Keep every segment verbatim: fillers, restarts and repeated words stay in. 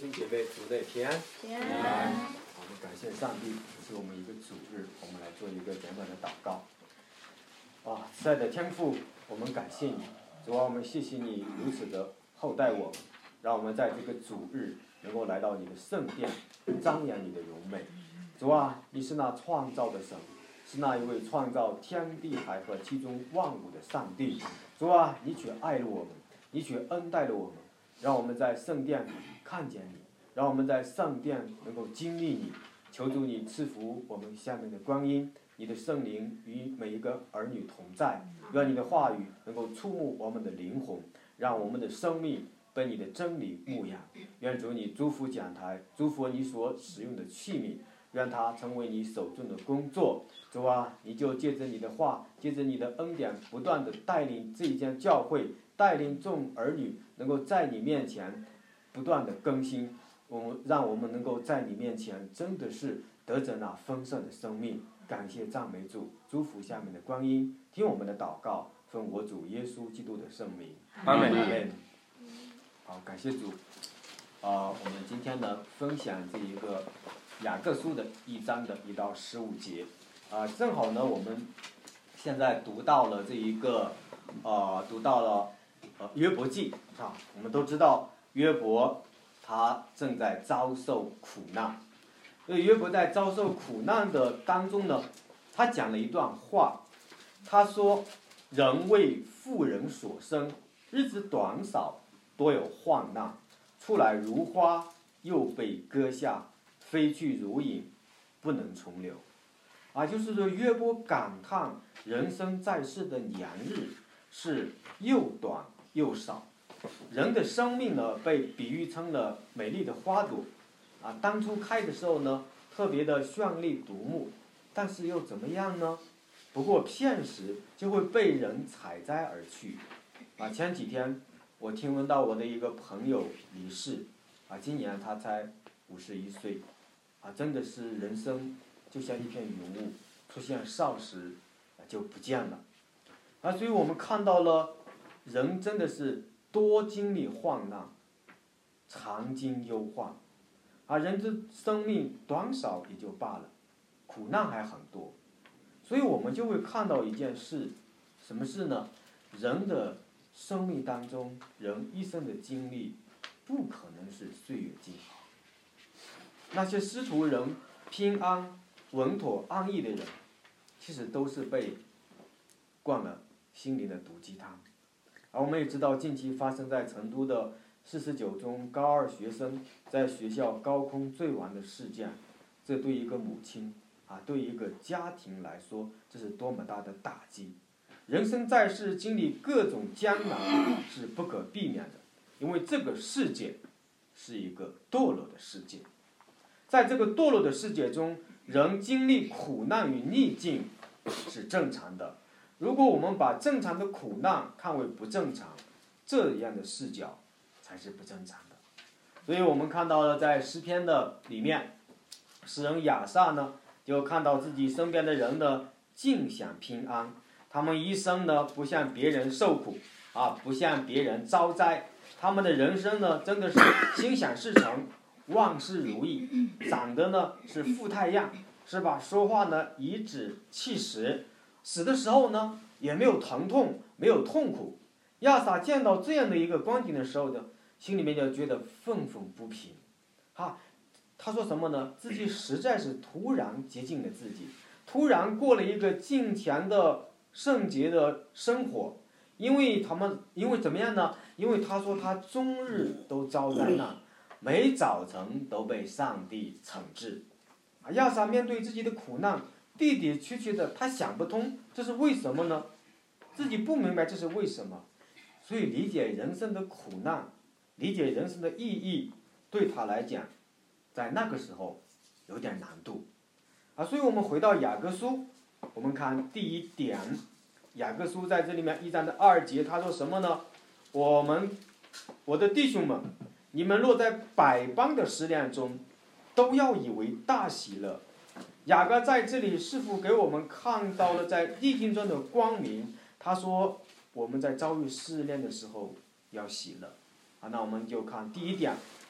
兄姐妹，主内平安。 平安。 我们感谢上帝，这是我们一个主日，我们来做一个简短的祷告。啊，慈爱的天父，我们感谢你，主啊，我们谢谢你如此的厚待我们，让我们在这个主日能够来到你的圣殿，张扬你的荣美。主啊，你是那创造的神，是那一位创造天地海和其中万物的上帝。主啊，你却爱了我们，你却恩待了我们，让我们在圣殿看见你，让我们在圣殿能够经历你。求主你赐福我们下面的光阴，你的圣灵与每一个儿女同在，愿你的话语能够触摸我们的灵魂，让我们的生命被你的真理牧养。愿主你祝福讲台，祝福你所使用的器皿，愿它成为你手中的工作。主啊，你就借着你的话，借着你的恩典，不断的带领这一间教会，带领众儿女能够在你面前不断的更新，我们让我们能够在你面前真的是得着那丰盛的生命。感谢赞美主，祝福下面的光阴，听我们的祷告，奉我主耶稣基督的圣名， 阿们。 阿们。好，感谢主。啊、呃，我们今天呢分享这一个雅各书的一章的一到十五节。啊、呃，正好呢，我们现在读到了这一个，呃，读到了呃约伯记啊。我们都知道约伯他正在遭受苦难。所以约伯在遭受苦难的当中呢，他讲了一段话，他说：“人为妇人所生，日子短少，多有患难。出来如花，又被割下，飞去如影，不能重留。”啊，就是说约伯感叹人生在世的年日是又短又少。人的生命呢，被比喻成了美丽的花朵。啊，当初开的时候呢，特别的绚丽夺目，但是又怎么样呢？不过片时就会被人采摘而去。啊，前几天我听闻到我的一个朋友离世，啊，今年他才五十一岁，啊，真的是人生就像一片云雾，出现少时就不见了。啊，所以我们看到了人真的是多经历患难，常经忧患。啊，人之生命短少也就罢了，苦难还很多，所以我们就会看到一件事，什么事呢？人的生命当中，人一生的经历，不可能是岁月静好。那些师徒人平安、稳妥、安逸的人，其实都是被灌了心灵的毒鸡汤。而我们也知道，近期发生在成都的四十九中高二学生在学校高空坠亡的事件，这对一个母亲啊，对一个家庭来说，这是多么大的打击！人生在世，经历各种艰难是不可避免的，因为这个世界是一个堕落的世界。在这个堕落的世界中，人经历苦难与逆境是正常的。如果我们把正常的苦难看为不正常，这样的视角才是不正常的。所以我们看到了在诗篇的里面，诗人亚萨呢，就看到自己身边的人呢尽享平安，他们一生呢不向别人受苦啊，不向别人遭灾，他们的人生呢真的是心想事成，万事如意，长得呢是富态样，是吧？说话呢颐指气使，死的时候呢也没有疼痛，没有痛苦。亚萨见到这样的一个光景的时候呢，心里面就觉得愤愤不平。哈，他说什么呢？自己实在是突然接近了自己，突然过了一个敬虔的圣洁的生活。因为他们，因为怎么样呢？因为他说他终日都遭灾难，每早晨都被上帝惩治。亚萨面对自己的苦难，地地区区的，他想不通这是为什么呢？自己不明白这是为什么。所以理解人生的苦难，理解人生的意义，对他来讲，在那个时候有点难度。啊，所以我们回到雅各书，我们看第一点，雅各书在这里面一章的二节，他说什么呢？我们，我的弟兄们，你们若在百般的试炼中，都要以为大喜乐。雅各在这里是否给我们看到了在逆境中的光明？他说我们在遭遇试炼的时候要喜乐。啊，那我们就看第一点，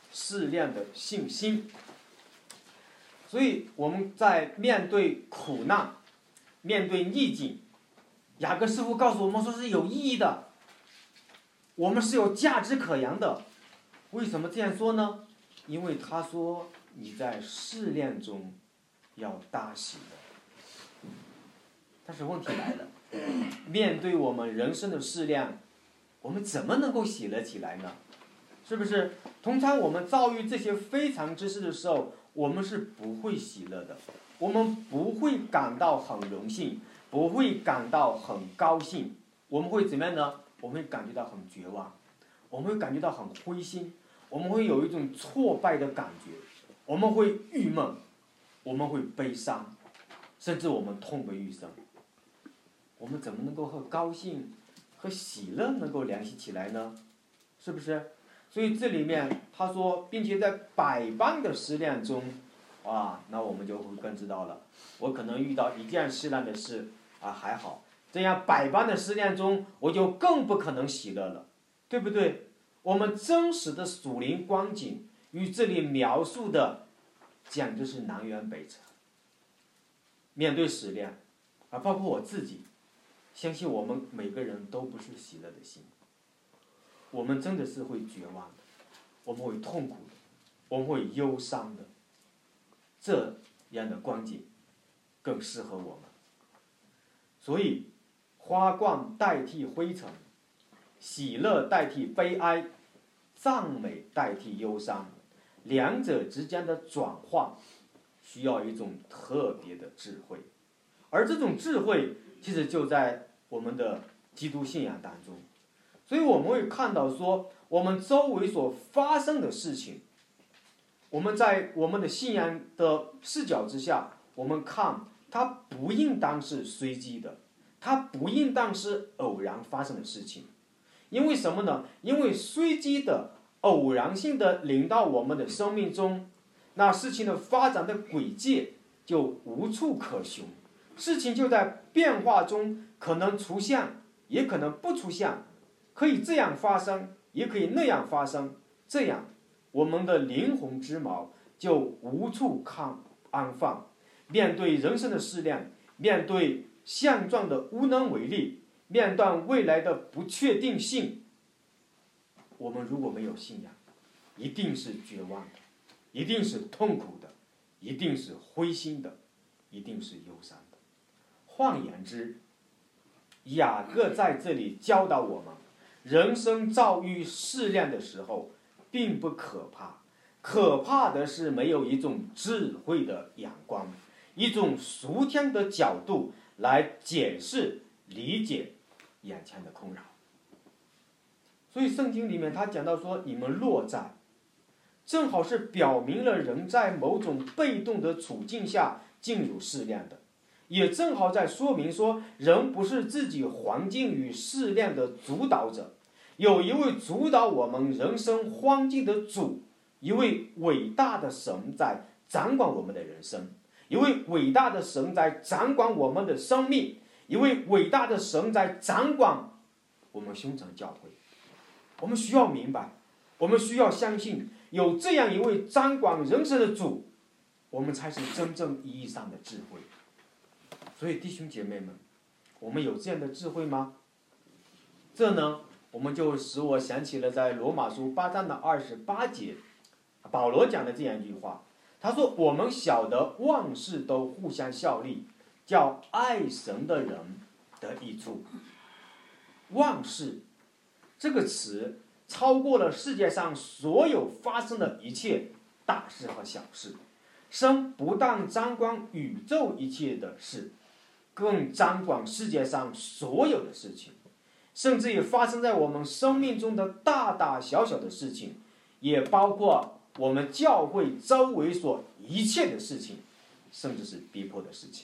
试炼的信心。所以我们在面对苦难、面对逆境，雅各师傅告诉我们说是有意义的，我们是有价值可言的。为什么这样说呢？因为他说你在试炼中要大喜乐。但是问题来了，面对我们人生的试炼，我们怎么能够喜乐起来呢？是不是？通常我们遭遇这些非常之事的时候，我们是不会喜乐的，我们不会感到很荣幸，不会感到很高兴，我们会怎么样呢？我们会感觉到很绝望，我们会感觉到很灰心，我们会有一种挫败的感觉，我们会郁闷，我们会悲伤，甚至我们痛不欲生。我们怎么能够和高兴和喜乐能够联系起来呢？是不是？所以这里面他说，并且在百般的试炼中，啊，那我们就会更知道了。我可能遇到一件试炼的事啊，还好，这样百般的试炼中，我就更不可能喜乐了，对不对？我们真实的属灵光景与这里描述的简直是南辕北辙。面对试炼，啊，包括我自己，相信我们每个人都不是喜乐的心。我们真的是会绝望的，我们会痛苦的，我们会忧伤的。这样的光景更适合我们。所以花冠代替灰尘，喜乐代替悲哀，赞美代替忧伤，两者之间的转换需要一种特别的智慧。而这种智慧其实就在我们的基督信仰当中。所以我们会看到说，我们周围所发生的事情，我们在我们的信仰的视角之下，我们看它不应当是随机的，它不应当是偶然发生的事情。因为什么呢？因为随机的、偶然性的临到我们的生命中，那事情的发展的轨迹就无处可寻，事情就在变化中可能出现，也可能不出现，可以这样发生，也可以那样发生，这样我们的灵魂之锚就无处可安放。面对人生的试炼，面对现状的无能为力，面对未来的不确定性，我们如果没有信仰，一定是绝望的，一定是痛苦的，一定是灰心的，一定是忧伤的。换言之，雅各在这里教导我们，人生遭遇试炼的时候并不可怕，可怕的是没有一种智慧的眼光，一种属天的角度来解释理解眼前的困扰。所以圣经里面他讲到说，你们落在，正好是表明了人在某种被动的处境下进入试炼的，也正好在说明说，人不是自己环境与试炼的主导者，有一位主导我们人生环境的主，一位伟大的神在掌管我们的人生，一位伟大的神在掌管我们的生命，一位伟大的神在掌管我们兄长教会。我们需要明白，我们需要相信，有这样一位掌管人生的主，我们才是真正意义上的智慧。所以弟兄姐妹们，我们有这样的智慧吗？这呢，我们就使我想起了在罗马书八章的二十八节，保罗讲的这样一句话，他说，我们晓得万事都互相效力，叫爱神的人得益处。万事这个词超过了世界上所有发生的一切大事和小事。神不但掌管宇宙一切的事，更掌管世界上所有的事情，甚至也发生在我们生命中的大大小小的事情，也包括我们教会周围所一切的事情，甚至是逼迫的事情。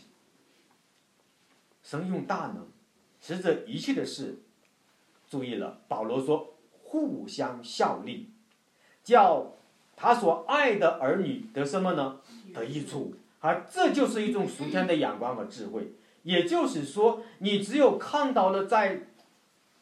神用大能使这一切的事，注意了，保罗说互相效力，叫他所爱的儿女得什么呢？得益处。而这就是一种属天的眼光和智慧。也就是说，你只有看到了在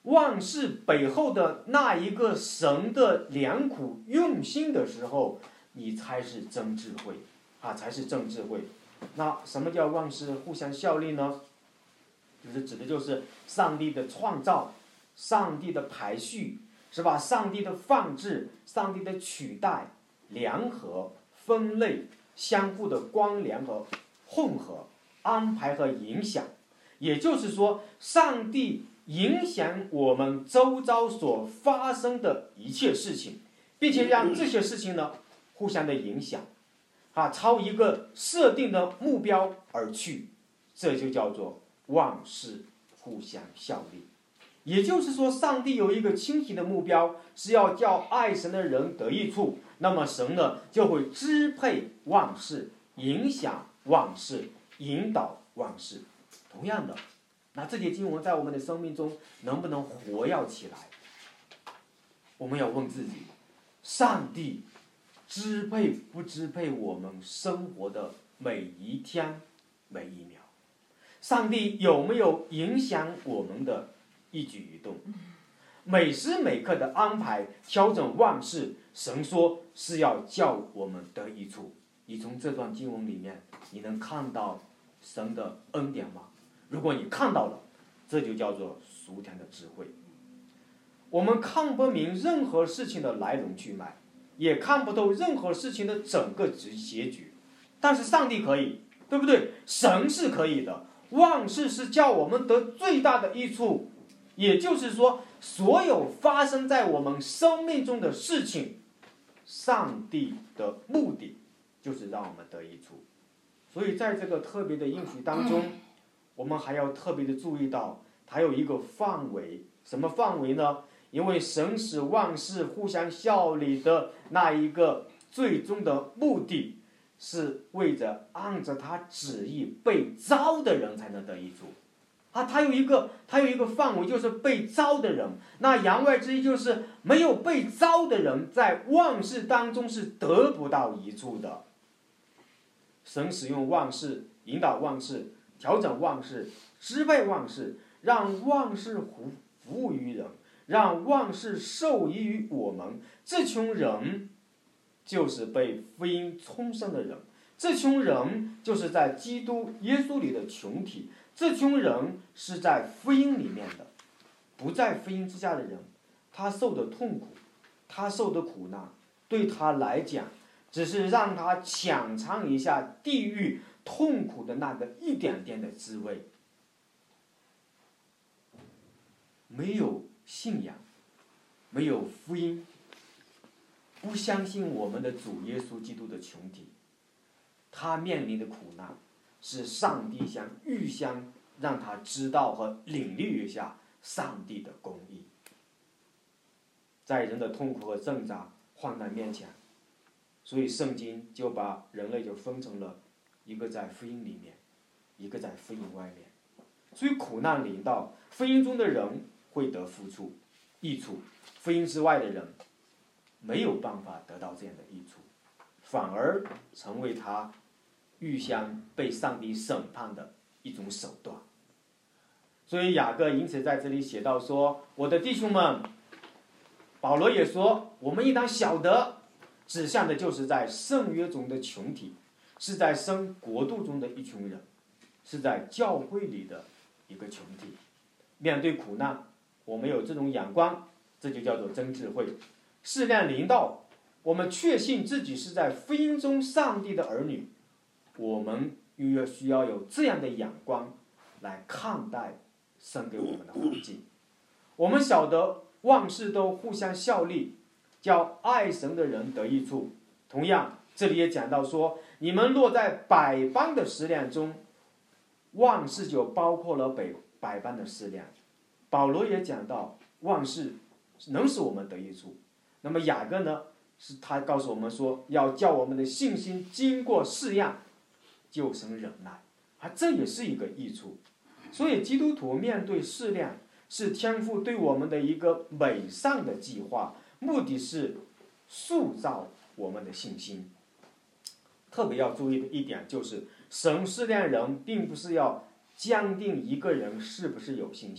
万事背后的那一个神的良苦用心的时候，你才是真智慧啊，才是真智慧。那什么叫万事互相效力呢？就是指的就是上帝的创造，上帝的排序，是吧？上帝的放置，上帝的取代、联合、分类、相互的关联和混合、安排和影响。也就是说，上帝影响我们周遭所发生的一切事情，并且让这些事情呢互相的影响，啊，朝一个设定的目标而去，这就叫做万事互相效力。也就是说，上帝有一个清晰的目标，是要叫爱神的人得益处，那么神呢就会支配万事，影响万事，引导万事。同样的，那这些经文在我们的生命中能不能活跃起来？我们要问自己，上帝支配不支配我们生活的每一天每一秒？上帝有没有影响我们的一举一动？每时每刻的安排调整万事，神说是要叫我们得益处。你从这段经文里面，你能看到神的恩典吗？如果你看到了，这就叫做属天的智慧。我们看不明任何事情的来龙去脉，也看不透任何事情的整个结局，但是上帝可以，对不对？神是可以的，万事是叫我们得最大的益处。也就是说，所有发生在我们生命中的事情，上帝的目的就是让我们得益处。所以在这个特别的应许当中，我们还要特别的注意到，它有一个范围。什么范围呢？因为神使万事互相效力的那一个最终的目的，是为着按着他旨意被召的人才能得益处。啊，他有一个，他有一个范围，就是被召的人。那言外之意就是，没有被召的人，在万事当中是得不到益处的。神使用万事，引导万事，调整万事，支配万事，让万事服服务于人，让万事受益于我们。这群人，就是被福音重生的人。这群人，就是在基督耶稣里的群体。这群人是在福音里面的，不在福音之下的人，他受的痛苦，他受的苦难，对他来讲，只是让他浅尝一下地狱痛苦的那个一点点的滋味。没有信仰，没有福音，不相信我们的主耶稣基督的群体，他面临的苦难，是上帝想预先让他知道和领略一下上帝的公义。在人的痛苦和挣扎、患难面前，所以圣经就把人类就分成了一个在福音里面，一个在福音外面。所以苦难临到，福音中的人会得福处、益处，福音之外的人没有办法得到这样的益处，反而成为他预先被上帝审判的一种手段。所以雅各因此在这里写到说，我的弟兄们，保罗也说，我们应当晓得，指向的就是在圣约中的群体，是在神国度中的一群人，是在教会里的一个群体。面对苦难，我们有这种眼光，这就叫做真智慧。试炼临到，我们确信自己是在福音中上帝的儿女，我们又需要有这样的眼光来看待神给我们的环境。我们晓得万事都互相效力，叫爱神的人得益处。同样，这里也讲到说，你们落在百般的试炼中，万事就包括了百百般的试炼。保罗也讲到，万事能使我们得益处。那么雅各呢，是他告诉我们说，要叫我们的信心经过试验，就生忍耐，啊，这也是一个益处。所以基督徒面对试炼，是天父对我们的一个美善的计划，目的是塑造我们的信心。特别要注意的一点就是，神试炼人并不是要鉴定一个人是不是有信心，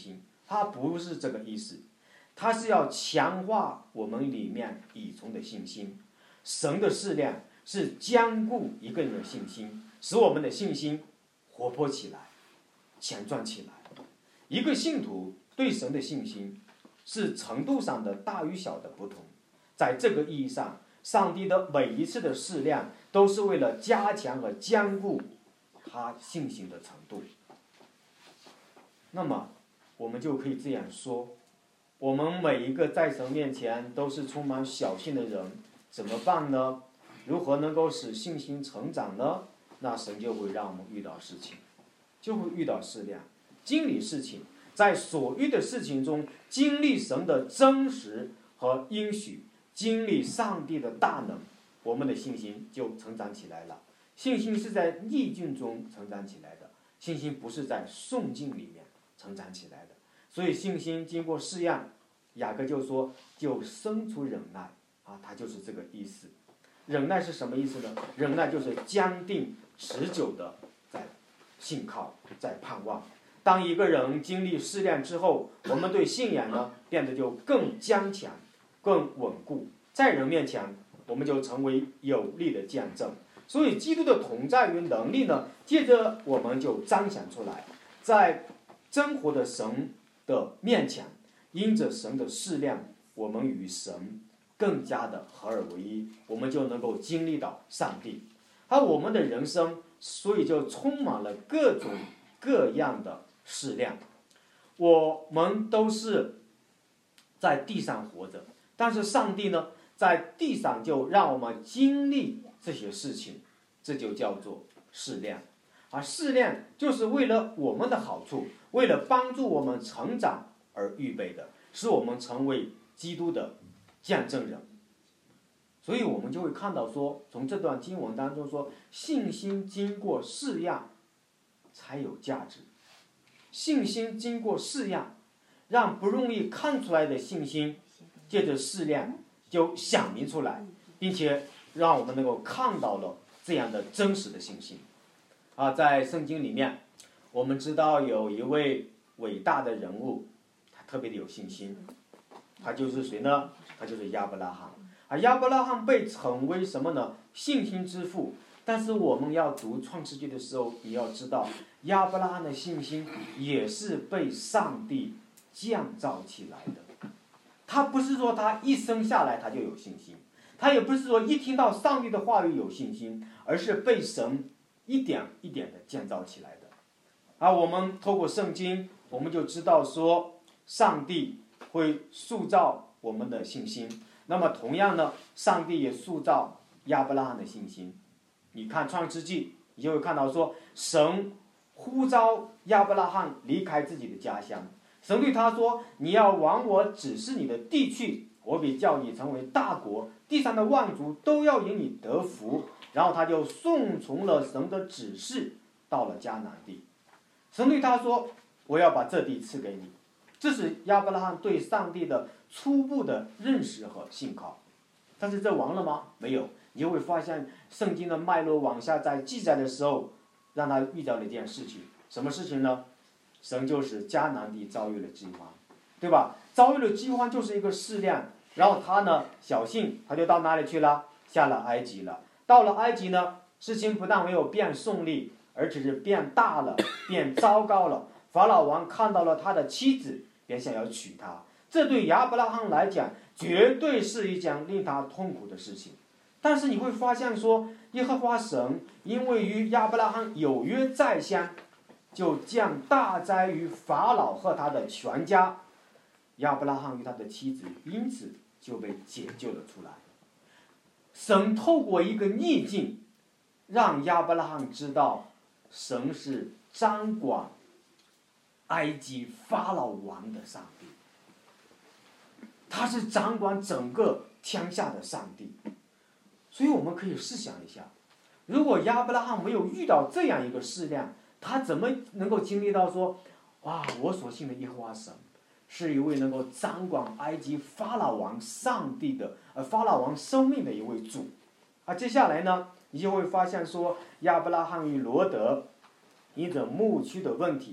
它不是这个意思，它是要强化我们里面倚从的信心。神的试炼是坚固一个人的信心，使我们的信心活泼起来，强壮起来。一个信徒对神的信心是程度上的大与小的不同。在这个意义上，上帝的每一次的试炼都是为了加强和坚固他信心的程度。那么我们就可以这样说，我们每一个在神面前都是充满小信的人，怎么办呢？如何能够使信心成长呢？那神就会让我们遇到事情，就会遇到试炼，经历事情，在所遇的事情中经历神的真实和应许，经历上帝的大能，我们的信心就成长起来了。信心是在逆境中成长起来的，信心不是在顺境里面成长起来的。所以信心经过试验，雅各就说就生出忍耐啊，它就是这个意思。忍耐是什么意思呢？忍耐就是坚定持久的在信靠，在盼望。当一个人经历试炼之后，我们对信仰呢变得就更坚强，更稳固，在人面前我们就成为有力的见证。所以基督的同在与能力呢，接着我们就彰显出来，在真活的神的面前，因着神的试炼，我们与神更加的合而为一，我们就能够经历到上帝。而我们的人生所以就充满了各种各样的试炼。我们都是在地上活着，但是上帝呢，在地上就让我们经历这些事情，这就叫做试炼。而试炼就是为了我们的好处，为了帮助我们成长而预备的，使我们成为基督的见证人。所以我们就会看到说，从这段经文当中说，信心经过试验才有价值。信心经过试验，让不容易看出来的信心借着试炼就显明出来，并且让我们能够看到了这样的真实的信心。啊，在圣经里面我们知道有一位伟大的人物，他特别的有信心，他就是谁呢？他就是亚伯拉罕。啊，亚伯拉罕被称为什么呢？信心之父。但是我们要读创世纪的时候，也要知道亚伯拉罕的信心也是被上帝建造起来的。他不是说他一生下来他就有信心，他也不是说一听到上帝的话语有信心，而是被神一点一点的建造起来的。而我们透过圣经，我们就知道说，上帝会塑造我们的信心。那么同样呢，上帝也塑造亚伯拉罕的信心。你看创世纪，你就会看到说，神呼召亚伯拉罕离开自己的家乡，神对他说，你要往我指示你的地去，我必叫你成为大国，地上的万族都要因你得福。然后他就顺从了神的指示，到了迦南地。神对他说，我要把这地赐给你。这是亚伯拉罕对上帝的初步的认识和信靠。但是这完了吗？没有。你就会发现圣经的脉络往下在记载的时候，让他遇到了一件事情。什么事情呢？神就使迦南地遭遇了饥荒，对吧？遭遇了饥荒就是一个试炼。然后他呢，小信他就到哪里去了？下了埃及了。到了埃及呢，事情不但没有变顺利，而且是变大了，变糟糕了。法老王看到了他的妻子，便想要娶她。这对亚伯拉罕来讲，绝对是一件令他痛苦的事情。但是你会发现说，耶和华神因为与亚伯拉罕有约在先，就降大灾于法老和他的全家。亚伯拉罕与他的妻子因此就被解救了出来。神透过一个逆境，让亚伯拉罕知道神是掌管埃及法老王的上帝，他是掌管整个天下的上帝。所以我们可以试想一下，如果亚伯拉罕没有遇到这样一个试炼，他怎么能够经历到说，哇，我所信的耶和华神是一位能够掌管埃及法老王上帝的呃法老王生命的一位主。啊，接下来呢，你就会发现说，亚伯拉罕与罗德因着牧区的问题，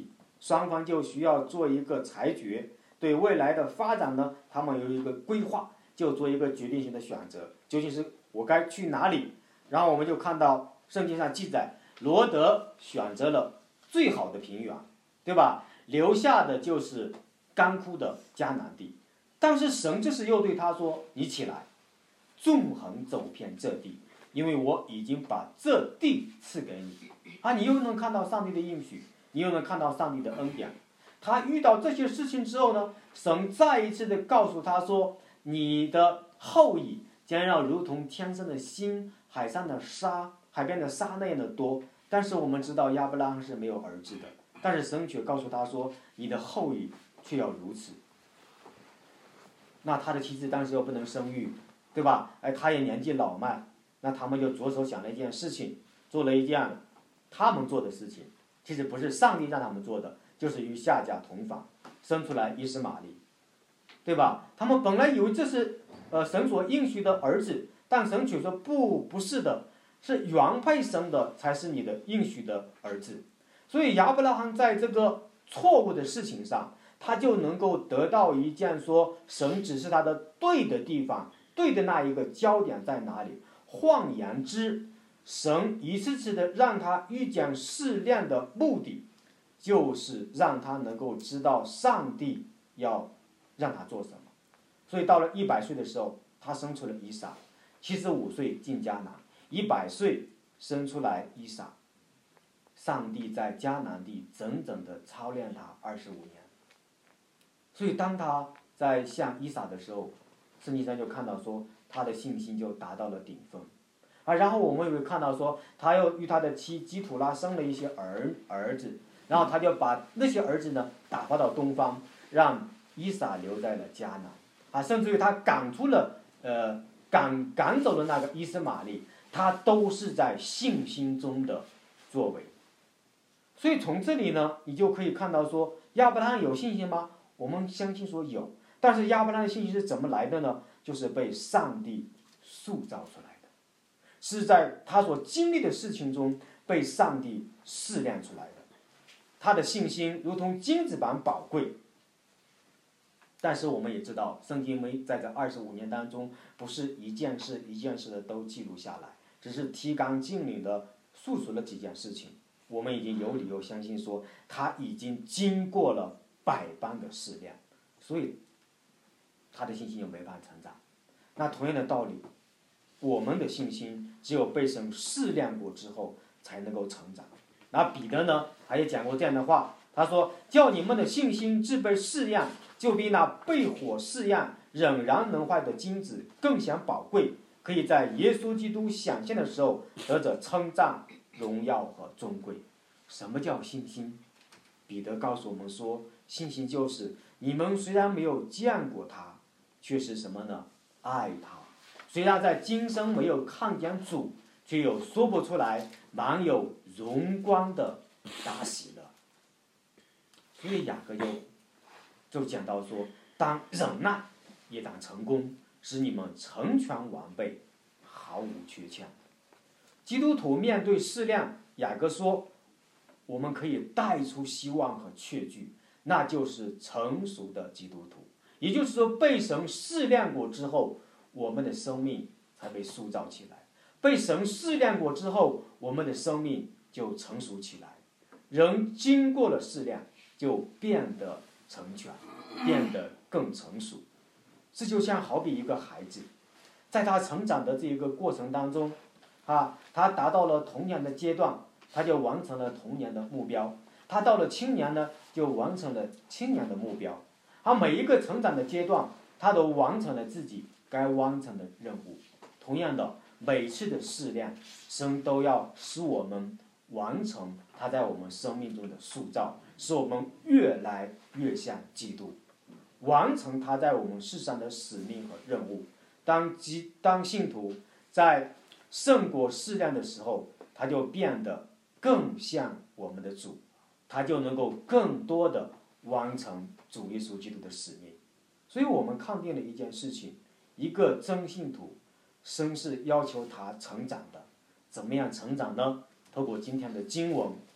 双方就需要做一个裁决，对未来的发展呢，他们有一个规划，就做一个决定性的选择，究竟是我该去哪里？然后我们就看到圣经上记载，罗德选择了最好的平原，对吧？留下的就是干枯的迦南地。但是神这时又对他说：“你起来，纵横走遍这地，因为我已经把这地赐给你。”啊，你又能看到上帝的应许，你又能看到上帝的恩典。他遇到这些事情之后呢，神再一次的告诉他说：“你的后裔将要如同天上的星、海上的沙、海边的沙那样的多。”但是我们知道亚伯拉罕是没有儿子的，但是神却告诉他说：“你的后裔却要如此。”那他的妻子当时又不能生育，对吧？哎，他也年纪老迈，那他们就着手想了一件事情，做了一件他们做的事情，其实不是上帝让他们做的，就是与夏甲同房，生出来伊斯玛利，对吧？他们本来以为这是呃神所应许的儿子，但神却说不，不是的，是原配生的才是你的应许的儿子。所以亚伯拉罕在这个错误的事情上，他就能够得到一件说神指示他的对的地方，对的那一个焦点在哪里。换言之，神一次次的让他遇见试炼的目的，就是让他能够知道上帝要让他做什么。所以到了一百岁的时候，他生出了以撒；七十五岁进迦南，一百岁生出来以撒。上帝在迦南地整整的操练他二十五年。所以当他在向以撒的时候，圣经上就看到说他的信心就达到了顶峰。啊，然后我们也会看到说，他又与他的妻基土拉生了一些儿儿子，然后他就把那些儿子呢打发到东方，让以撒留在了迦南。啊，甚至于他赶出了呃赶赶走了那个伊斯玛利，他都是在信心中的作为。所以从这里呢，你就可以看到说，亚伯拉罕有信心吗？我们相信说有，但是亚伯拉罕的信心是怎么来的呢？就是被上帝塑造出来的，是在他所经历的事情中被上帝试炼出来的。他的信心如同金子般宝贵。但是我们也知道，圣经没在这二十五年当中，不是一件事一件事的都记录下来，只是提纲挈领的述说了几件事情。我们已经有理由相信说，他已经经过了百般的试炼，所以他的信心就没办法成长。那同样的道理，我们的信心只有被神试炼过之后才能够成长。那彼得呢，他也讲过这样的话，他说：“叫你们的信心自被试验，就比那被火试验仍然能坏的金子更显宝贵，可以在耶稣基督显现的时候得着称赞、荣耀和尊贵。”什么叫信心？彼得告诉我们说，信心就是你们虽然没有见过他，却是什么呢？爱他。虽然在今生没有看见主，却有说不出来满有荣光的大喜乐。所以雅各又就讲到说，当忍耐也当成功，使你们成全完备，毫无缺欠。基督徒面对试炼，雅各说，我们可以带出希望和确据，那就是成熟的基督徒。也就是说，被神试炼过之后，我们的生命才被塑造起来。被神试炼过之后，我们的生命就成熟起来。人经过了试炼，就变得成全，变得更成熟。这就像好比一个孩子，在他成长的这一个过程当中，啊，他达到了童年的阶段，他就完成了童年的目标；他到了青年呢，就完成了青年的目标。而每一个成长的阶段，他都完成了自己该完成的任务。同样的，每次的试炼，神都要使我们完成他在我们生命中的塑造，使我们越来越像基督，完成他在我们世上的使命和任务。当基当信徒在胜过试炼的时候，他就变得更像我们的主，他就能够更多的完成主耶稣基督的使命。所以我们看见了一件事情，一个真信徒，神是要求他成长的。怎么样成长呢？透过今天的经文，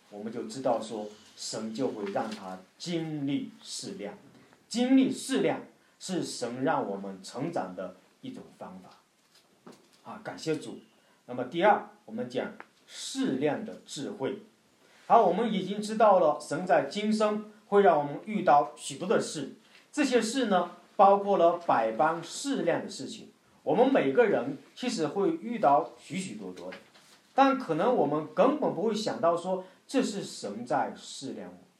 我们就知道说，神就会让他经历试炼，经历试炼是神让我们成长的一种方法。啊，感谢主。那么第二，我们讲试炼的智慧。好，我们已经知道了，神在今生会让我们遇到许多的事，这些事呢，包括了百般试炼的事情。我们每个人其实会遇到许许多多的，但可能我们根本不会想到说，这是神在试炼我。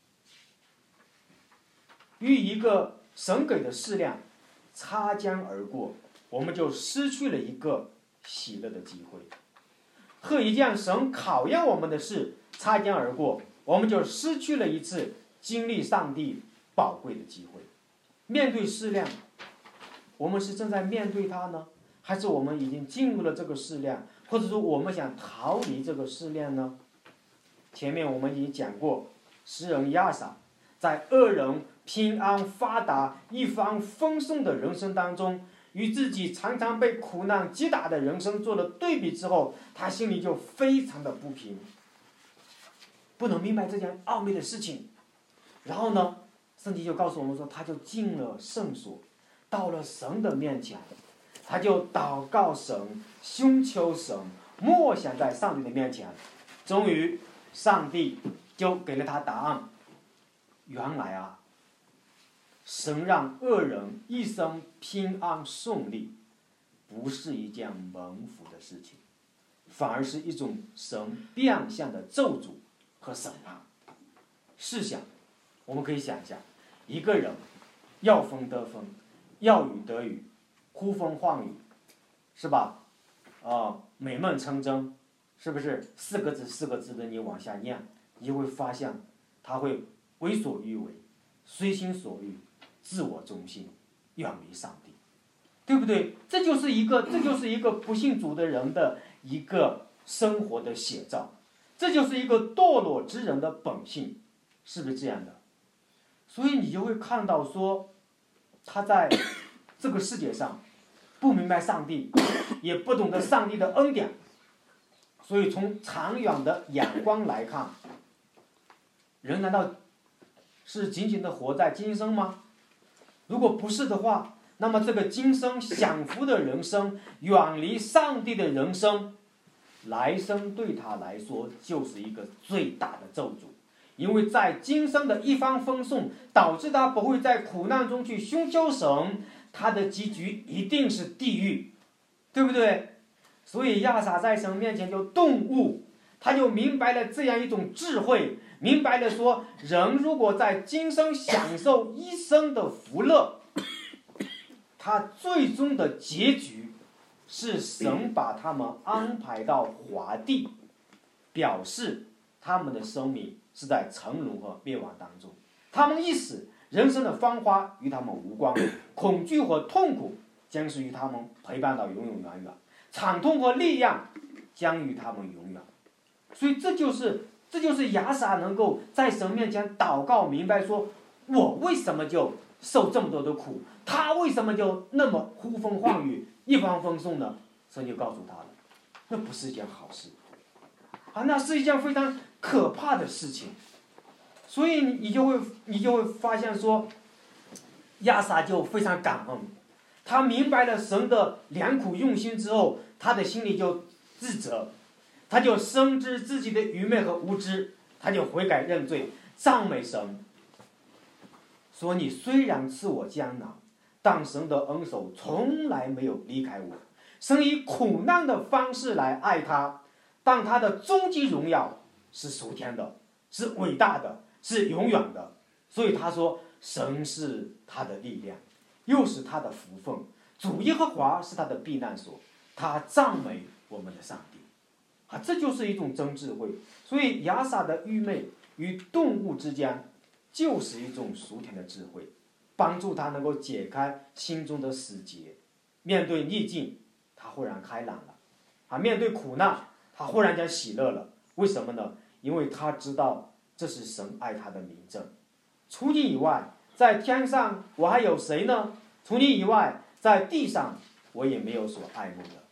与一个神给的试炼擦肩而过，我们就失去了一个喜乐的机会；和一件神考验我们的事擦肩而过，我们就失去了一次经历上帝宝贵的机会。面对试炼，我们是正在面对它呢，还是我们已经进入了这个试炼，或者说我们想逃离这个试炼呢？前面我们已经讲过，诗人亚萨在恶人平安发达、一帆风顺的人生当中，与自己常常被苦难击打的人生做了对比之后，他心里就非常的不平，不能明白这件奥秘的事情。然后呢，圣经就告诉我们说，他就进了圣所，到了神的面前，他就祷告神，寻求神，默想在上帝的面前。终于上帝就给了他答案，原来啊，神让恶人一生平安顺利，不是一件蒙福的事情，反而是一种神变相的咒诅和审判。试想，我们可以想一下，一个人要风得风，要雨得雨，呼风唤雨，是吧？啊、呃，美梦成真，是不是？四个字四个字的你往下念，你就会发现他会为所欲为，随心所欲，自我中心，远离上帝，对不对？这就是一个，这就是一个不信主的人的一个生活的写照，这就是一个堕落之人的本性，是不是这样的？所以你就会看到说，他在这个世界上不明白上帝，也不懂得上帝的恩典，所以从长远的眼光来看，人难道是仅仅的活在今生吗？如果不是的话，那么这个今生享福的人生，远离上帝的人生，来生对他来说就是一个最大的咒诅。因为在今生的一帆风顺，导致他不会在苦难中去寻求神，他的结局一定是地狱，对不对？所以亚撒在神面前就顿悟，他就明白了这样一种智慧，明白了说，人如果在今生享受一生的福乐，他最终的结局是神把他们安排到华地，表示他们的生命是在沉沦和灭亡当中。他们一死，人生的芳华与他们无关，恐惧和痛苦将是与他们陪伴到永永远远，惨痛和力量将与他们永远。所以这就是这就是亚撒能够在神面前祷告明白说，我为什么就受这么多的苦，他为什么就那么呼风唤雨，一帆风顺呢？神就告诉他了，那不是一件好事啊，那是一件非常可怕的事情。所以你就会你就会发现说，亚撒就非常感恩，他明白了神的良苦用心之后，他的心里就自责，他就深知自己的愚昧和无知，他就悔改认罪，赞美神，说你虽然赐我艰难，但神的恩手从来没有离开我。神以苦难的方式来爱他，但他的终极荣耀是属天的，是伟大的，是永远的。所以他说，神是他的力量，又是他的福分，主耶和华是他的避难所，他赞美我们的上帝啊，这就是一种真智慧。所以亚撒的愚昧与顿悟之间，就是一种属天的智慧，帮助他能够解开心中的死结。面对逆境，他忽然开朗了啊！面对苦难，他忽然间喜乐了。为什么呢？因为他知道这是神爱他的明证。除你以外，在天上我还有谁呢？除你以外，在地上我也没有所爱慕的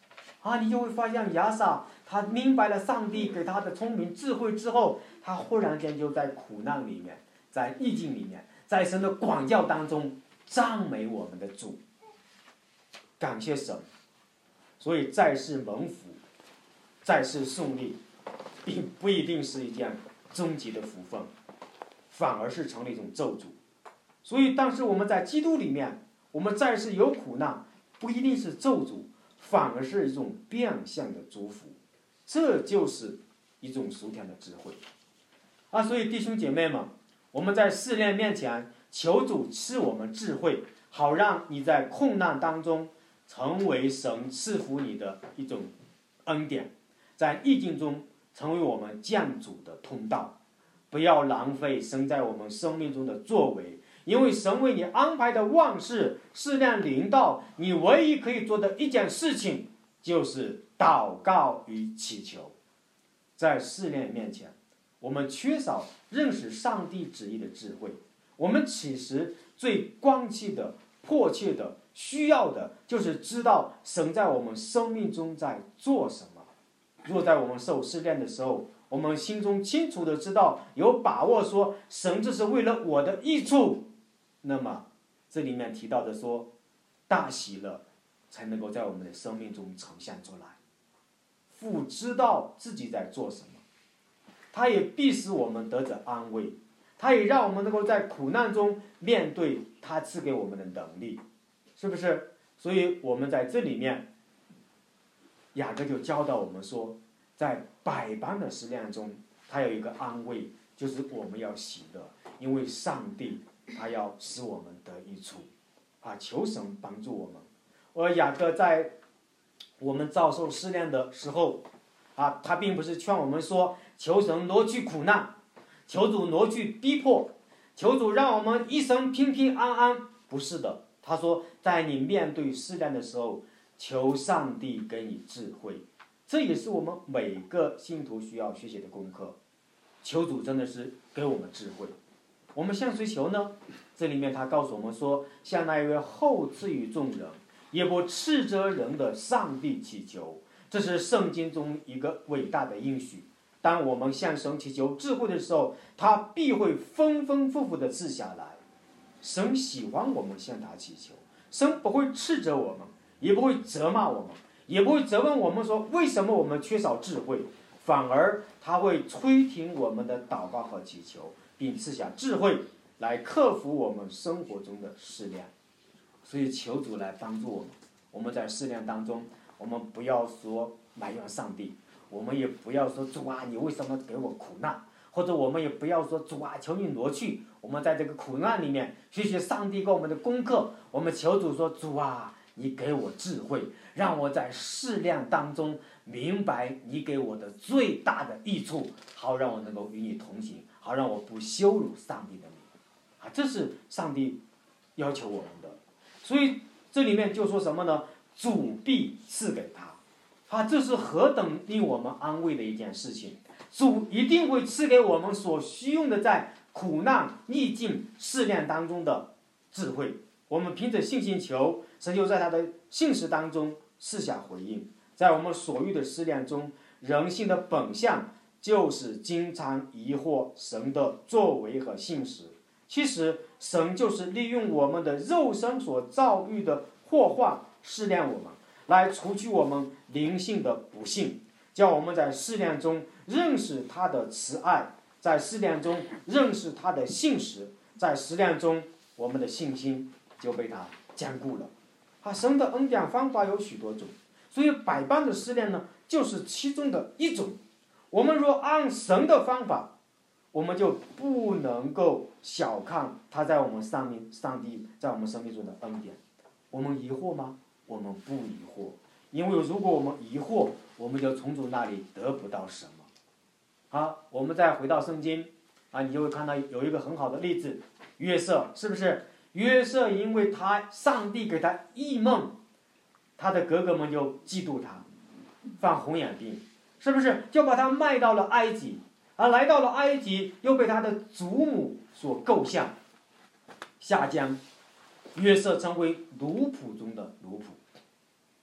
啊，你就会发现亚撒他明白了上帝给他的聪明智慧之后，他忽然间就在苦难里面，在逆境里面，在神的管教当中赞美我们的主，感谢神。所以在世蒙福，在世顺利，并不一定是一件终极的福分，反而是成了一种咒诅。所以当时我们在基督里面，我们在世有苦难，不一定是咒诅，反而是一种变相的祝福。这就是一种属天的智慧啊！所以弟兄姐妹们，我们在试炼面前求主赐我们智慧，好让你在困难当中成为神赐福你的一种恩典，在逆境中成为我们降主的通道。不要浪费神在我们生命中的作为，因为神为你安排的万事，试炼临到，你唯一可以做的一件事情就是祷告与祈求。在试炼面前，我们缺少认识上帝旨意的智慧，我们其实最关切的、迫切的、需要的，就是知道神在我们生命中在做什么。若在我们受试炼的时候，我们心中清楚的知道，有把握说神这是为了我的益处，那么这里面提到的说大喜乐才能够在我们的生命中呈现出来。父知道自己在做什么，他也必使我们得着安慰，他也让我们能够在苦难中面对他赐给我们的能力，是不是？所以我们在这里面，雅各就教导我们说，在百般的试炼中，他有一个安慰，就是我们要喜乐，因为上帝他要使我们得益处啊！求神帮助我们。而雅各在我们遭受试炼的时候啊，他并不是劝我们说求神挪去苦难，求主挪去逼迫，求主让我们一生平平安安，不是的。他说在你面对试炼的时候，求上帝给你智慧，这也是我们每个信徒需要学习的功课。求主真的是给我们智慧。我们向谁求呢？这里面他告诉我们说，向那一位厚赐予众人也不斥责人的上帝祈求，这是圣经中一个伟大的应许。当我们向神祈求智慧的时候，他必会丰丰富富的赐下来。神喜欢我们向他祈求，神不会斥责我们，也不会责骂我们，也不会责问我们说为什么我们缺少智慧，反而他会垂听我们的祷告和祈求，并赐下智慧来克服我们生活中的试炼。所以求主来帮助我们，我们在试炼当中，我们不要说埋怨上帝，我们也不要说主啊你为什么给我苦难，或者我们也不要说主啊求你挪去。我们在这个苦难里面学习上帝给我们的功课，我们求主说主啊你给我智慧，让我在试炼当中明白你给我的最大的益处，好让我能够与你同行，好让我不羞辱上帝的名啊，这是上帝要求我们的。所以这里面就说什么呢？主必赐给他啊，这是何等令我们安慰的一件事情。主一定会赐给我们所需用的在苦难逆境试炼当中的智慧，我们凭着信心求，神就在他的信实当中赐下回应。在我们所遇的试炼中，人性的本相就是经常疑惑神的作为和信实。其实神就是利用我们的肉身所遭遇的祸患试炼我们，来除去我们灵性的不幸，叫我们在试炼中认识他的慈爱，在试炼中认识他的信实，在试炼中我们的信心就被他坚固了啊！神的恩典方法有许多种，所以百般的试炼呢，就是其中的一种。我们若按神的方法，我们就不能够小看他在我们上面上帝在我们生命中的恩典。我们疑惑吗？我们不疑惑，因为如果我们疑惑，我们就从主那里得不到什么。好，我们再回到圣经啊，你就会看到有一个很好的例子，约瑟，是不是？约瑟因为他上帝给他异梦，他的哥哥们就嫉妒他，犯红眼病，是不是？就把他卖到了埃及，而来到了埃及，又被他的祖母所构象，下江，约瑟成为奴仆中的奴仆。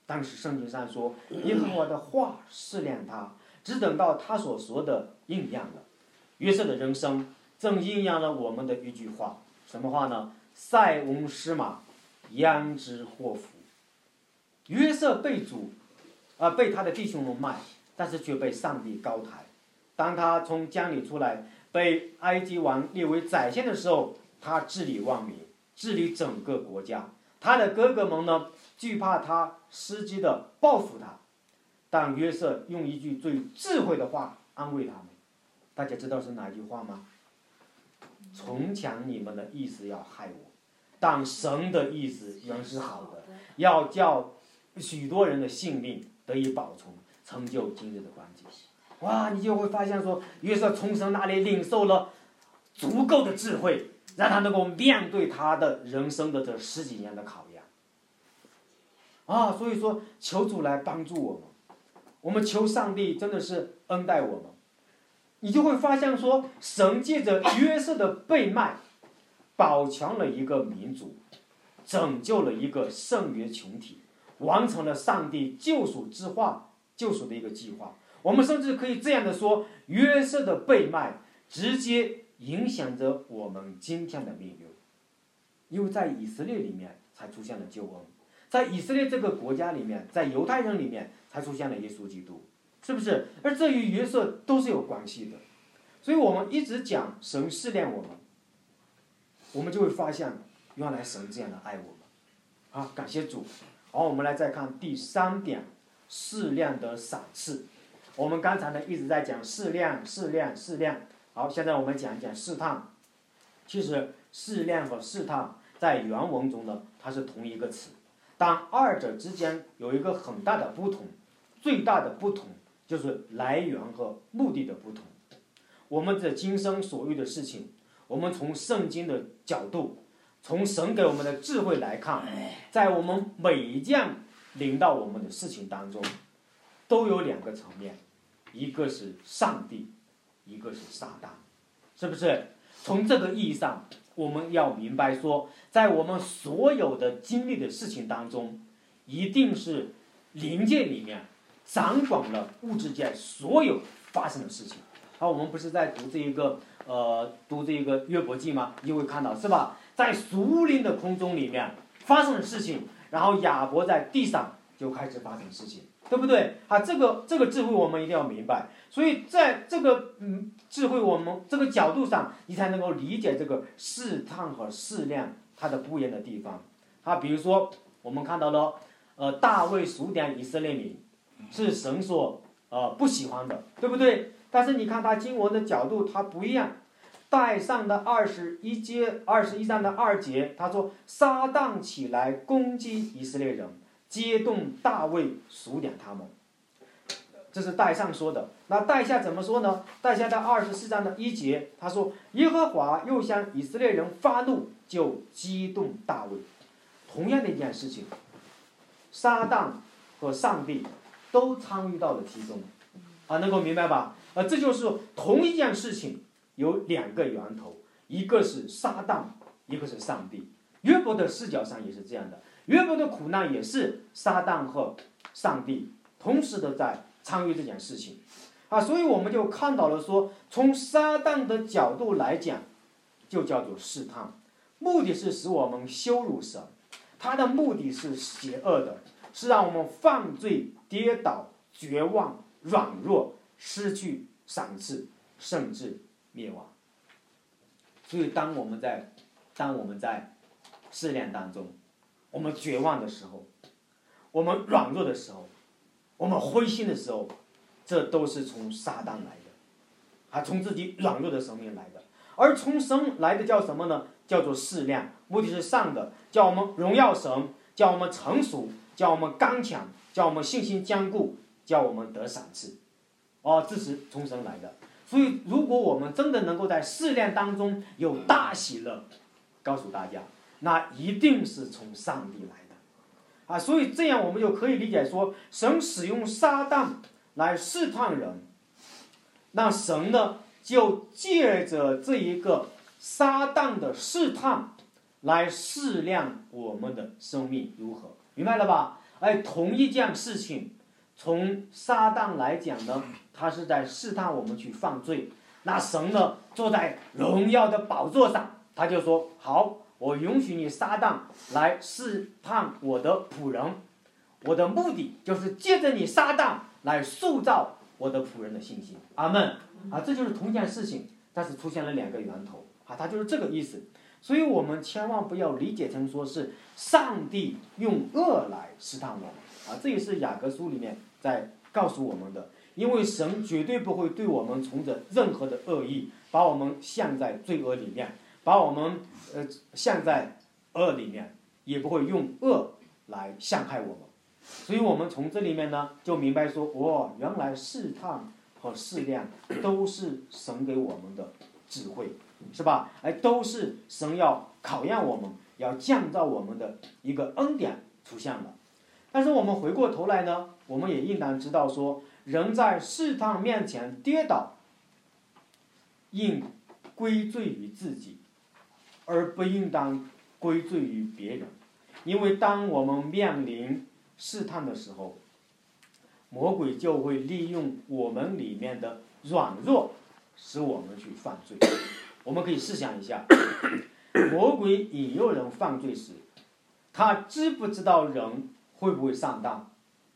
当时圣经上说，耶和华的话试炼他，只等到他所说的应验了。约瑟的人生正应验了我们的一句话，什么话呢？塞翁失马，焉知祸福。约瑟被主啊、呃、被他的弟兄们卖，但是却被上帝高抬。当他从江里出来，被埃及王列为宰相的时候，他治理万民，治理整个国家。他的哥哥们呢，惧怕他伺机的报复他，但约瑟用一句最智慧的话安慰他们。大家知道是哪句话吗？从前你们的意思要害我，但神的意思原是好的，要叫许多人的性命得以保存，成就今日的关系。哇，你就会发现说，约瑟从神那里领受了足够的智慧，让他能够面对他的人生的这十几年的考验。啊，所以说求主来帮助我们，我们求上帝真的是恩待我们。你就会发现说，神借着约瑟的被卖，保全了一个民族，拯救了一个圣约群体，完成了上帝救赎之划救赎的一个计划。我们甚至可以这样的说，约瑟的被卖直接影响着我们今天的命运。因为在以色列里面才出现了救恩，在以色列这个国家里面，在犹太人里面才出现了耶稣基督，是不是？而这与约瑟都是有关系的。所以我们一直讲神试炼我们，我们就会发现原来神这样的爱我们。好，感谢主。好，我们来再看第三点，试炼的赏赐。我们刚才呢一直在讲试炼试炼试炼，好，现在我们讲一讲试探。其实试炼和试探在原文中呢它是同一个词，但二者之间有一个很大的不同，最大的不同就是来源和目的的不同。我们的今生所遇的事情，我们从圣经的角度，从神给我们的智慧来看，在我们每一件临到我们的事情当中，都有两个层面，一个是上帝，一个是撒旦，是不是？从这个意义上，我们要明白说，在我们所有的经历的事情当中，一定是灵界里面掌管了物质界所有发生的事情。好，我们不是在读这一个呃读这一个约伯记吗？你会看到是吧？在属灵的空中里面发生的事情，然后亚伯在地上就开始发生事情，对不对？啊，这个这个智慧我们一定要明白。所以在这个嗯智慧我们这个角度上，你才能够理解这个试探和试炼它的不一样的地方。啊，比如说我们看到了，呃，大卫数点以色列民，是神所呃不喜欢的，对不对？但是你看他经文的角度，它不一样。带上的二十一节，二十一章的二节，他说：“撒旦起来攻击以色列人，接动大卫数点他们。”这是带上说的。那带下怎么说呢？带下的二十四章的一节，他说：“耶和华又向以色列人发怒，就激动大卫。”同样的一件事情，撒旦和上帝都参与到了其中，啊，能够明白吧？啊，这就是同一件事情有两个源头，一个是撒旦，一个是上帝。约伯的视角上也是这样的，约伯的苦难也是撒旦和上帝同时的在参与这件事情，啊，所以我们就看到了说，从撒旦的角度来讲，就叫做试探，目的是使我们羞辱神，他的目的是邪恶的，是让我们犯罪、跌倒、绝望、软弱、失去赏赐，甚至灭亡。所以当我们在当我们在试炼当中，我们绝望的时候，我们软弱的时候，我们灰心的时候，这都是从撒旦来的，还从自己软弱的生命来的。而从神来的叫什么呢？叫做试炼，目的是上的，叫我们荣耀神，叫我们成熟，叫我们刚强，叫我们信心坚固，叫我们得赏赐。哦，这是从神来的。所以如果我们真的能够在试炼当中有大喜乐，告诉大家，那一定是从上帝来的啊。所以这样我们就可以理解说，神使用撒旦来试探人，那神呢就借着这一个撒旦的试探来试炼我们的生命如何，明白了吧？ 而同一件事情，从撒旦来讲呢，他是在试探我们去犯罪。那神呢，坐在荣耀的宝座上，他就说：好，我允许你撒旦来试探我的仆人，我的目的就是借着你撒旦来塑造我的仆人的信心。阿们。啊，这就是同一件事情，但是出现了两个源头啊，它就是这个意思。所以我们千万不要理解成说是上帝用恶来试探我们啊，这也是雅各书里面在告诉我们的。因为神绝对不会对我们存着任何的恶意，把我们陷在罪恶里面，把我们呃陷在恶里面，也不会用恶来陷害我们。所以我们从这里面呢，就明白说，哦，原来试探和试炼都是神给我们的智慧，是吧？哎，都是神要考验我们，要降造我们的一个恩典出现了。但是我们回过头来呢，我们也应当知道说，人在试探面前跌倒，应归罪于自己，而不应当归罪于别人。因为当我们面临试探的时候，魔鬼就会利用我们里面的软弱，使我们去犯罪。我们可以试想一下，魔鬼引诱人犯罪时，他知不知道人会不会上当？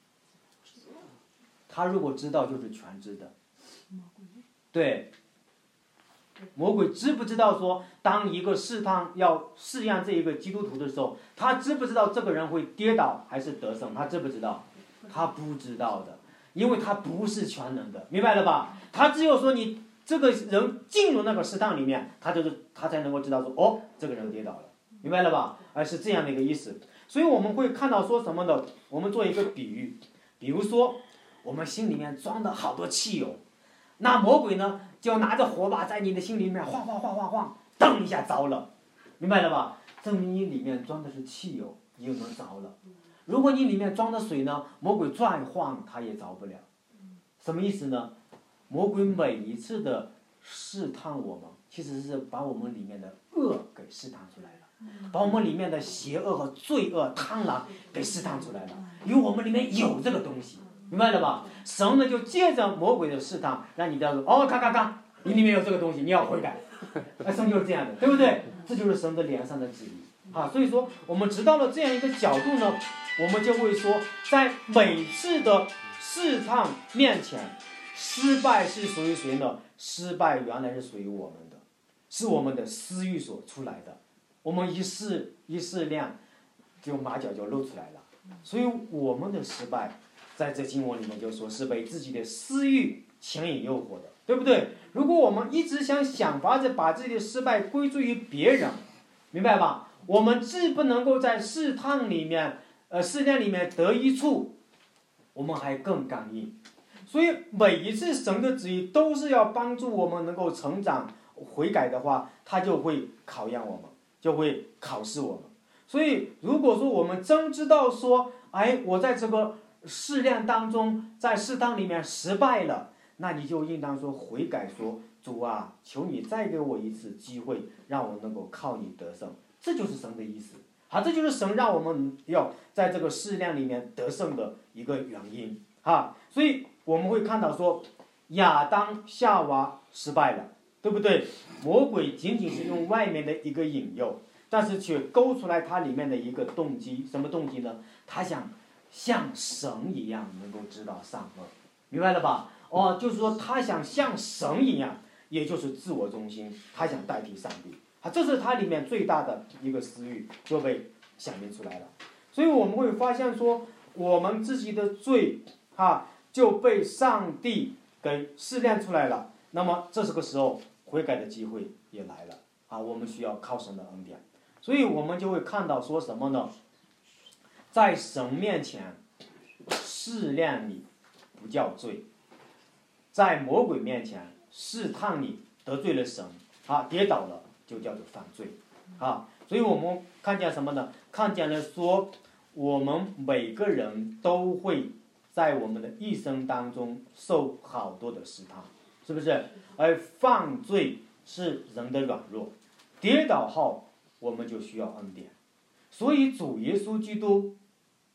他如果知道，就是全知的。对，魔鬼知不知道说，当一个试探要试验这一个基督徒的时候，他知不知道这个人会跌倒还是得胜？他知不知道？他不知道的，因为他不是全能的，明白了吧？他只有说你这个人进入那个试探里面，他就是他才能够知道说，哦，这个人跌倒了，明白了吧？而是这样的一个意思。所以我们会看到说什么呢？我们做一个比喻，比如说我们心里面装的好多汽油，那魔鬼呢就拿着火把在你的心里面晃晃晃晃晃，噔一下着了，明白了吧？证明你里面装的是汽油，你就能着了。如果你里面装的水呢，魔鬼再晃它也着不了。什么意思呢？魔鬼每一次的试探我们，其实是把我们里面的恶给试探出来了，把我们里面的邪恶和罪恶、贪婪给试探出来了，因为我们里面有这个东西，明白了吧？神呢就借着魔鬼的试探，让你知道说，哦，看看看，你里面有这个东西，你要悔改。哎，神就是这样的，对不对？这就是神的良善的旨意啊。所以说，我们知道了这样一个角度呢，我们就会说，在每次的试探面前，失败是属于谁呢？失败原来是属于我们的，是我们的私欲所出来的。我们一试一试量，就马脚就露出来了。所以我们的失败，在这经文里面就说是被自己的私欲牵引诱惑的，对不对？如果我们一直想想法子把自己的失败归罪于别人，明白吧？我们既不能够在试探里面，呃，试炼里面得益处，我们还更刚硬。所以每一次神的旨意都是要帮助我们能够成长悔改的话，他就会考验我们，就会考试我们。所以如果说我们真知道说，哎，我在这个试炼当中，在试探里面失败了，那你就应当说悔改，说主啊，求你再给我一次机会，让我能够靠你得胜。这就是神的意思。好，这就是神让我们要在这个试炼里面得胜的一个原因啊。所以我们会看到说，亚当夏娃失败了，对不对？魔鬼仅仅是用外面的一个引诱，但是却勾出来它里面的一个动机。什么动机呢？他想像神一样能够知道善恶，明白了吧？哦，就是说他想像神一样，也就是自我中心，他想代替上帝。啊，这是他里面最大的一个私欲就被显明出来了。所以我们会发现说，我们自己的罪啊就被上帝给试炼出来了。那么这是个时候悔改的机会也来了啊！我们需要靠神的恩典。所以我们就会看到说什么呢？在神面前试炼你不叫罪，在魔鬼面前试探你得罪了神啊，跌倒了就叫做犯罪啊。所以我们看见什么呢？看见了说，我们每个人都会在我们的一生当中受好多的试探，是不是？而犯罪是人的软弱，跌倒后我们就需要恩典。所以主耶稣基督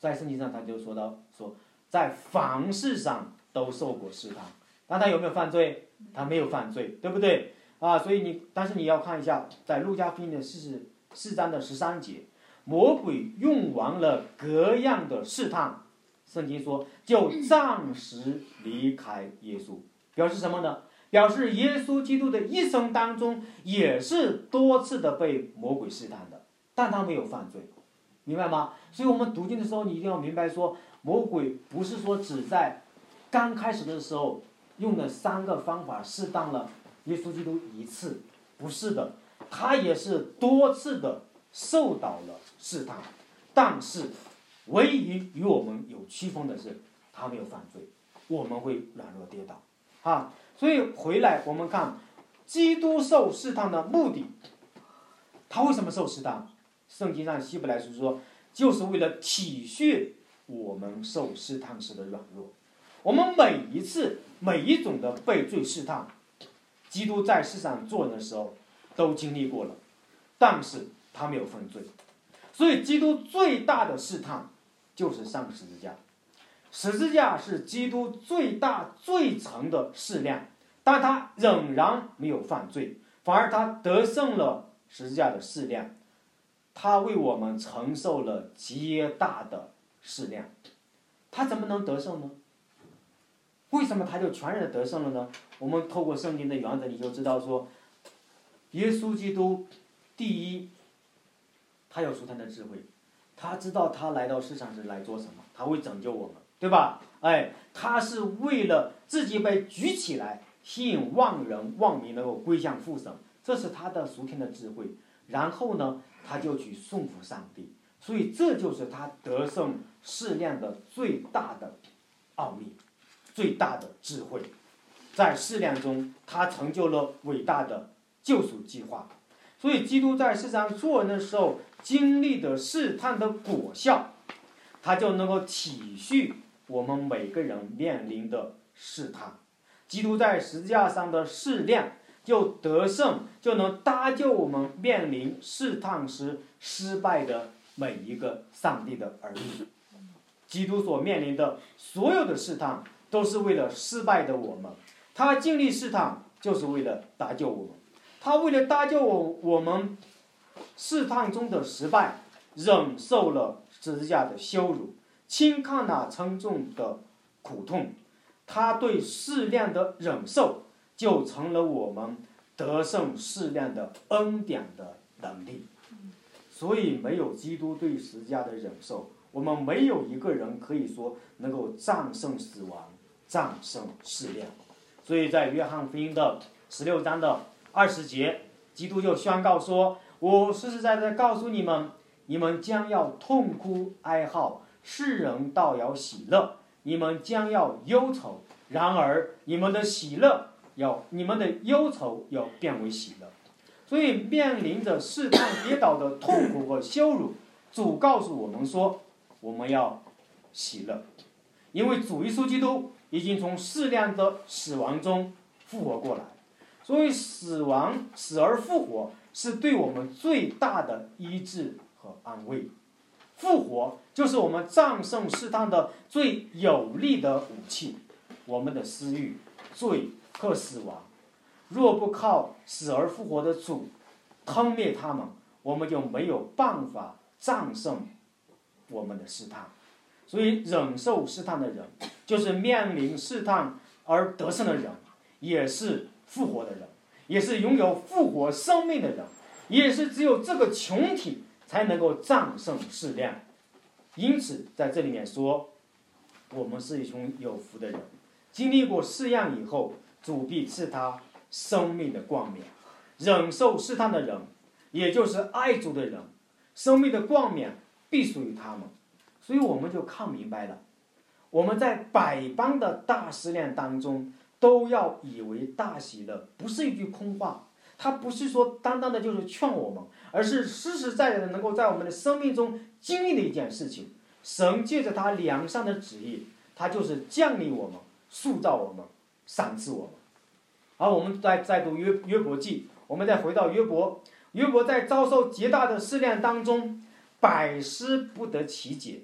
在圣经上他就说到说，在凡事上都受过试探，但他有没有犯罪？他没有犯罪，对不对啊？所以你，但是你要看一下，在路加福音的四十四章的十三节，魔鬼用完了各样的试探，圣经说就暂时离开耶稣，表示什么呢？表示耶稣基督的一生当中也是多次的被魔鬼试探的，但他没有犯罪，明白吗？所以我们读经的时候，你一定要明白说，魔鬼不是说只在刚开始的时候用了三个方法试探了耶稣基督一次，不是的，他也是多次的受到了试探，但是唯一与我们有区分的是，他没有犯罪，我们会软弱跌倒啊。所以回来我们看基督受试探的目的，他为什么受试探？圣经上希伯来书说，就是为了体恤我们受试探时的软弱。我们每一次每一种的被罪试探，基督在世上做人的时候都经历过了，但是他没有犯罪。所以基督最大的试探就是上十字架，十字架是基督最大最长的试炼，但他仍然没有犯罪，反而他得胜了十字架的试炼，他为我们承受了极大的试炼。他怎么能得胜呢？为什么他就全然的得胜了呢？我们透过圣经的原则，你就知道说，耶稣基督第一，他有属天的智慧，他知道他来到世上是来做什么，他会拯救我们，对吧？哎，他是为了自己被举起来，吸引万人万民能够归向父神，这是他的属天的智慧。然后呢，他就去顺服上帝，所以这就是他得胜试炼的最大的奥秘，最大的智慧。在试炼中，他成就了伟大的救赎计划。所以基督在世上做人的时候经历的试探的果效，他就能够体恤我们每个人面临的试探。基督在十字架上的试炼就得胜，就能搭救我们面临试探时失败的每一个上帝的儿女。基督所面临的所有的试探都是为了失败的我们，他经历试探就是为了搭救我们，他为了搭救我我们试探中的失败，忍受了十字架的羞辱，轻看那沉重的苦痛。他对试炼的忍受就成了我们得胜试炼的恩典的能力。所以没有基督对十字架的忍受，我们没有一个人可以说能够战胜死亡，战胜试炼。所以在约翰福音的十六章的二十节，基督就宣告说，我实实在在告诉你们，你们将要痛哭哀号，世人倒要喜乐，你们将要忧愁，然而你们的喜乐要你们的忧愁要变为喜乐。所以面临着试探跌倒的痛苦和羞辱，主告诉我们说，我们要喜乐，因为主耶稣基督已经从试炼的死亡中复活过来。所以死亡死而复活是对我们最大的医治和安慰。复活就是我们战胜试探的最有力的武器。我们的私欲、罪和死亡，若不靠死而复活的主吞灭他们，我们就没有办法战胜我们的试探。所以忍受试探的人，就是面临试探而得胜的人，也是复活的人，也是拥有复活生命的人，也是只有这个群体才能够战胜试炼。因此在这里面说，我们是一群有福的人，经历过试验以后，主必赐他生命的冠冕。忍受试探的人，也就是爱主的人，生命的冠冕必属于他们。所以我们就看明白了，我们在百般的大试炼当中，都要以为大喜乐，不是一句空话。它不是说单单的就是劝我们，而是实实在在的能够在我们的生命中经历的一件事情。神借着他良善的旨意，他就是降临我们，塑造我们，赏赐我们。而我们再再读约约伯记，我们再回到约伯，约伯在遭受极大的试炼当中，百思不得其解，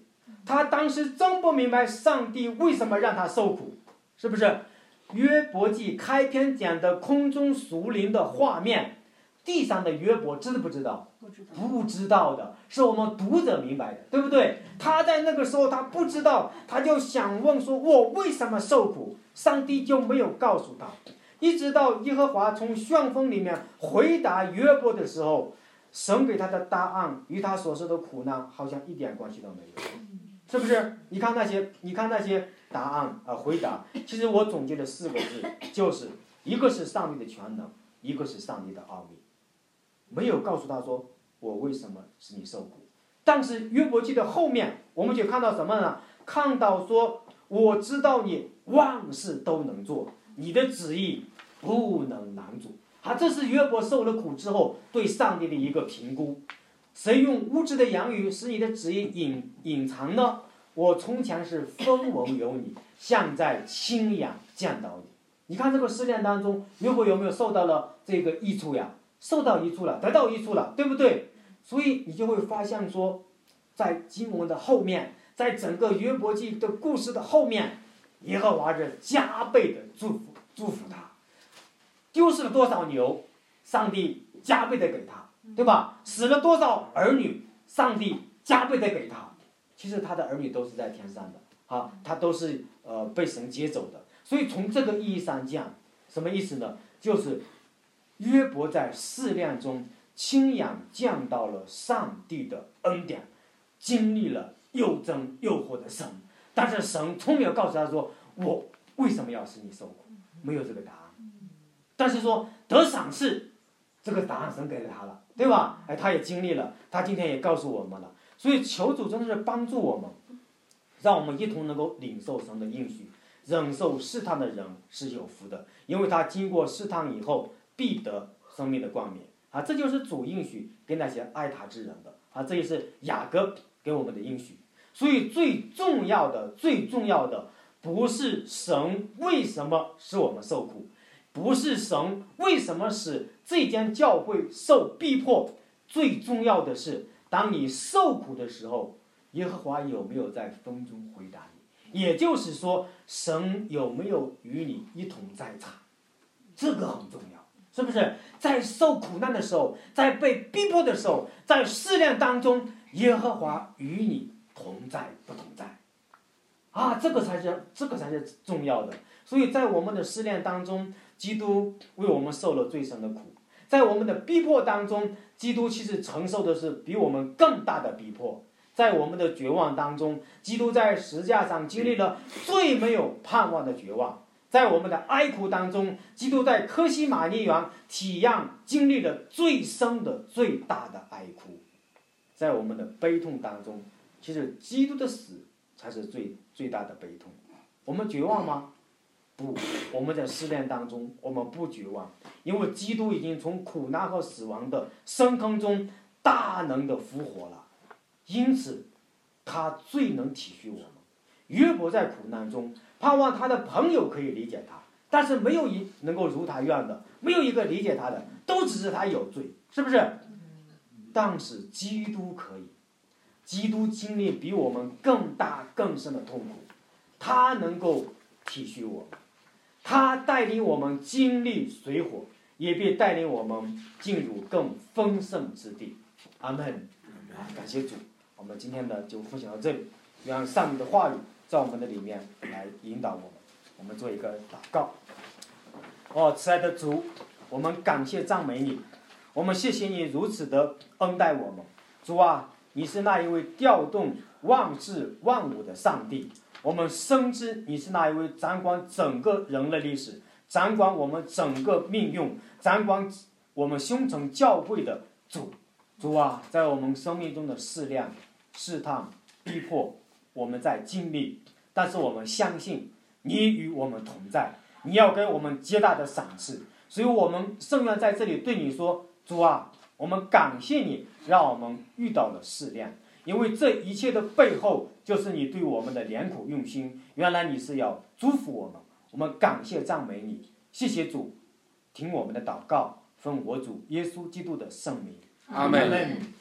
他当时真不明白上帝为什么让他受苦，是不是？约伯记开篇讲的空中属灵的画面，地上的约伯知不知道？ 不知道， 不知道的，是我们读者明白的，对不对？他在那个时候他不知道，他就想问说，我为什么受苦？上帝就没有告诉他。一直到耶和华从旋风里面回答约伯的时候，神给他的答案与他所受的苦难好像一点关系都没有，是不是？你看那些，你看那些答案啊、呃、回答，其实我总结了四个字，就是一个是上帝的全能，一个是上帝的奥秘，没有告诉他说我为什么使你受苦。但是约伯记的后面我们就看到什么呢？看到说我知道你万事都能做，你的旨意不能拦阻。啊，这是约伯受了苦之后对上帝的一个评估。谁用无知的言语使你的旨意隐隐藏呢？我从前是风闻有你，现在亲眼见到你。你看这个试炼当中，约伯有没有受到了这个益处呀？受到益处了，得到益处了，对不对？所以你就会发现说，在经文的后面，在整个约伯记的故事的后面，耶和华是加倍的祝福祝福他。丢失了多少牛，上帝加倍的给他，对吧？死了多少儿女，上帝加倍的给他。其实他的儿女都是在天上的啊，他都是呃被神接走的。所以从这个意义上讲，什么意思呢？就是约伯在试炼中亲眼见到了上帝的恩典，经历了又真又活的神，但是神从没有告诉他说我为什么要使你受苦，没有这个答案。但是说得赏赐，这个答案神给了他了，对吧？哎，他也经历了，他今天也告诉我们了。所以求主真的是帮助我们，让我们一同能够领受神的应许。忍受试探的人是有福的，因为他经过试探以后必得生命的冠冕啊！这就是主应许给那些爱他之人的啊！这也是雅各给我们的应许。所以最重要的、最重要的不是神为什么使我们受苦，不是神为什么使这间教会受逼迫，最重要的是，当你受苦的时候，耶和华有没有在风中回答你？也就是说，神有没有与你一同在场？这个很重要，是不是？在受苦难的时候，在被逼迫的时候，在试炼当中，耶和华与你同在不同在？啊，这个才是这个才是重要的。所以在我们的试炼当中，基督为我们受了最深的苦；在我们的逼迫当中，基督其实承受的是比我们更大的逼迫。在我们的绝望当中，基督在十字架上经历了最没有盼望的绝望；在我们的哀哭当中，基督在客西马尼园体验经历了最深的最大的哀哭；在我们的悲痛当中，其实基督的死才是最最大的悲痛。我们绝望吗？不，我们在试炼当中，我们不绝望，因为基督已经从苦难和死亡的深坑中大能的复活了。因此他最能体恤我们。约伯在苦难中盼望他的朋友可以理解他，但是没有一能够如他愿的，没有一个理解他的，都只是他有罪，是不是？但是基督可以，基督经历比我们更大更深的痛苦，他能够体恤我们，他带领我们经历水火，也必带领我们进入更丰盛之地。阿们。感谢主，我们今天的就分享到这里，让上帝的话语在我们的里面来引导我们。我们做一个祷告。哦，慈爱的主，我们感谢赞美你，我们谢谢你如此的恩待我们。主啊，你是那一位调动万事万物的上帝，我们深知你是那一位掌管整个人类历史，掌管我们整个命运，掌管我们兄城教会的主。主啊，在我们生命中的试炼、试探、逼迫，我们在经历，但是我们相信你与我们同在，你要给我们极大的赏赐。所以我们圣愿在这里对你说，主啊，我们感谢你让我们遇到了试炼，因为这一切的背后就是你对我们的怜苦用心，原来你是要祝福我们。我们感谢赞美你，谢谢主，听我们的祷告，奉我主耶稣基督的圣名。 阿们。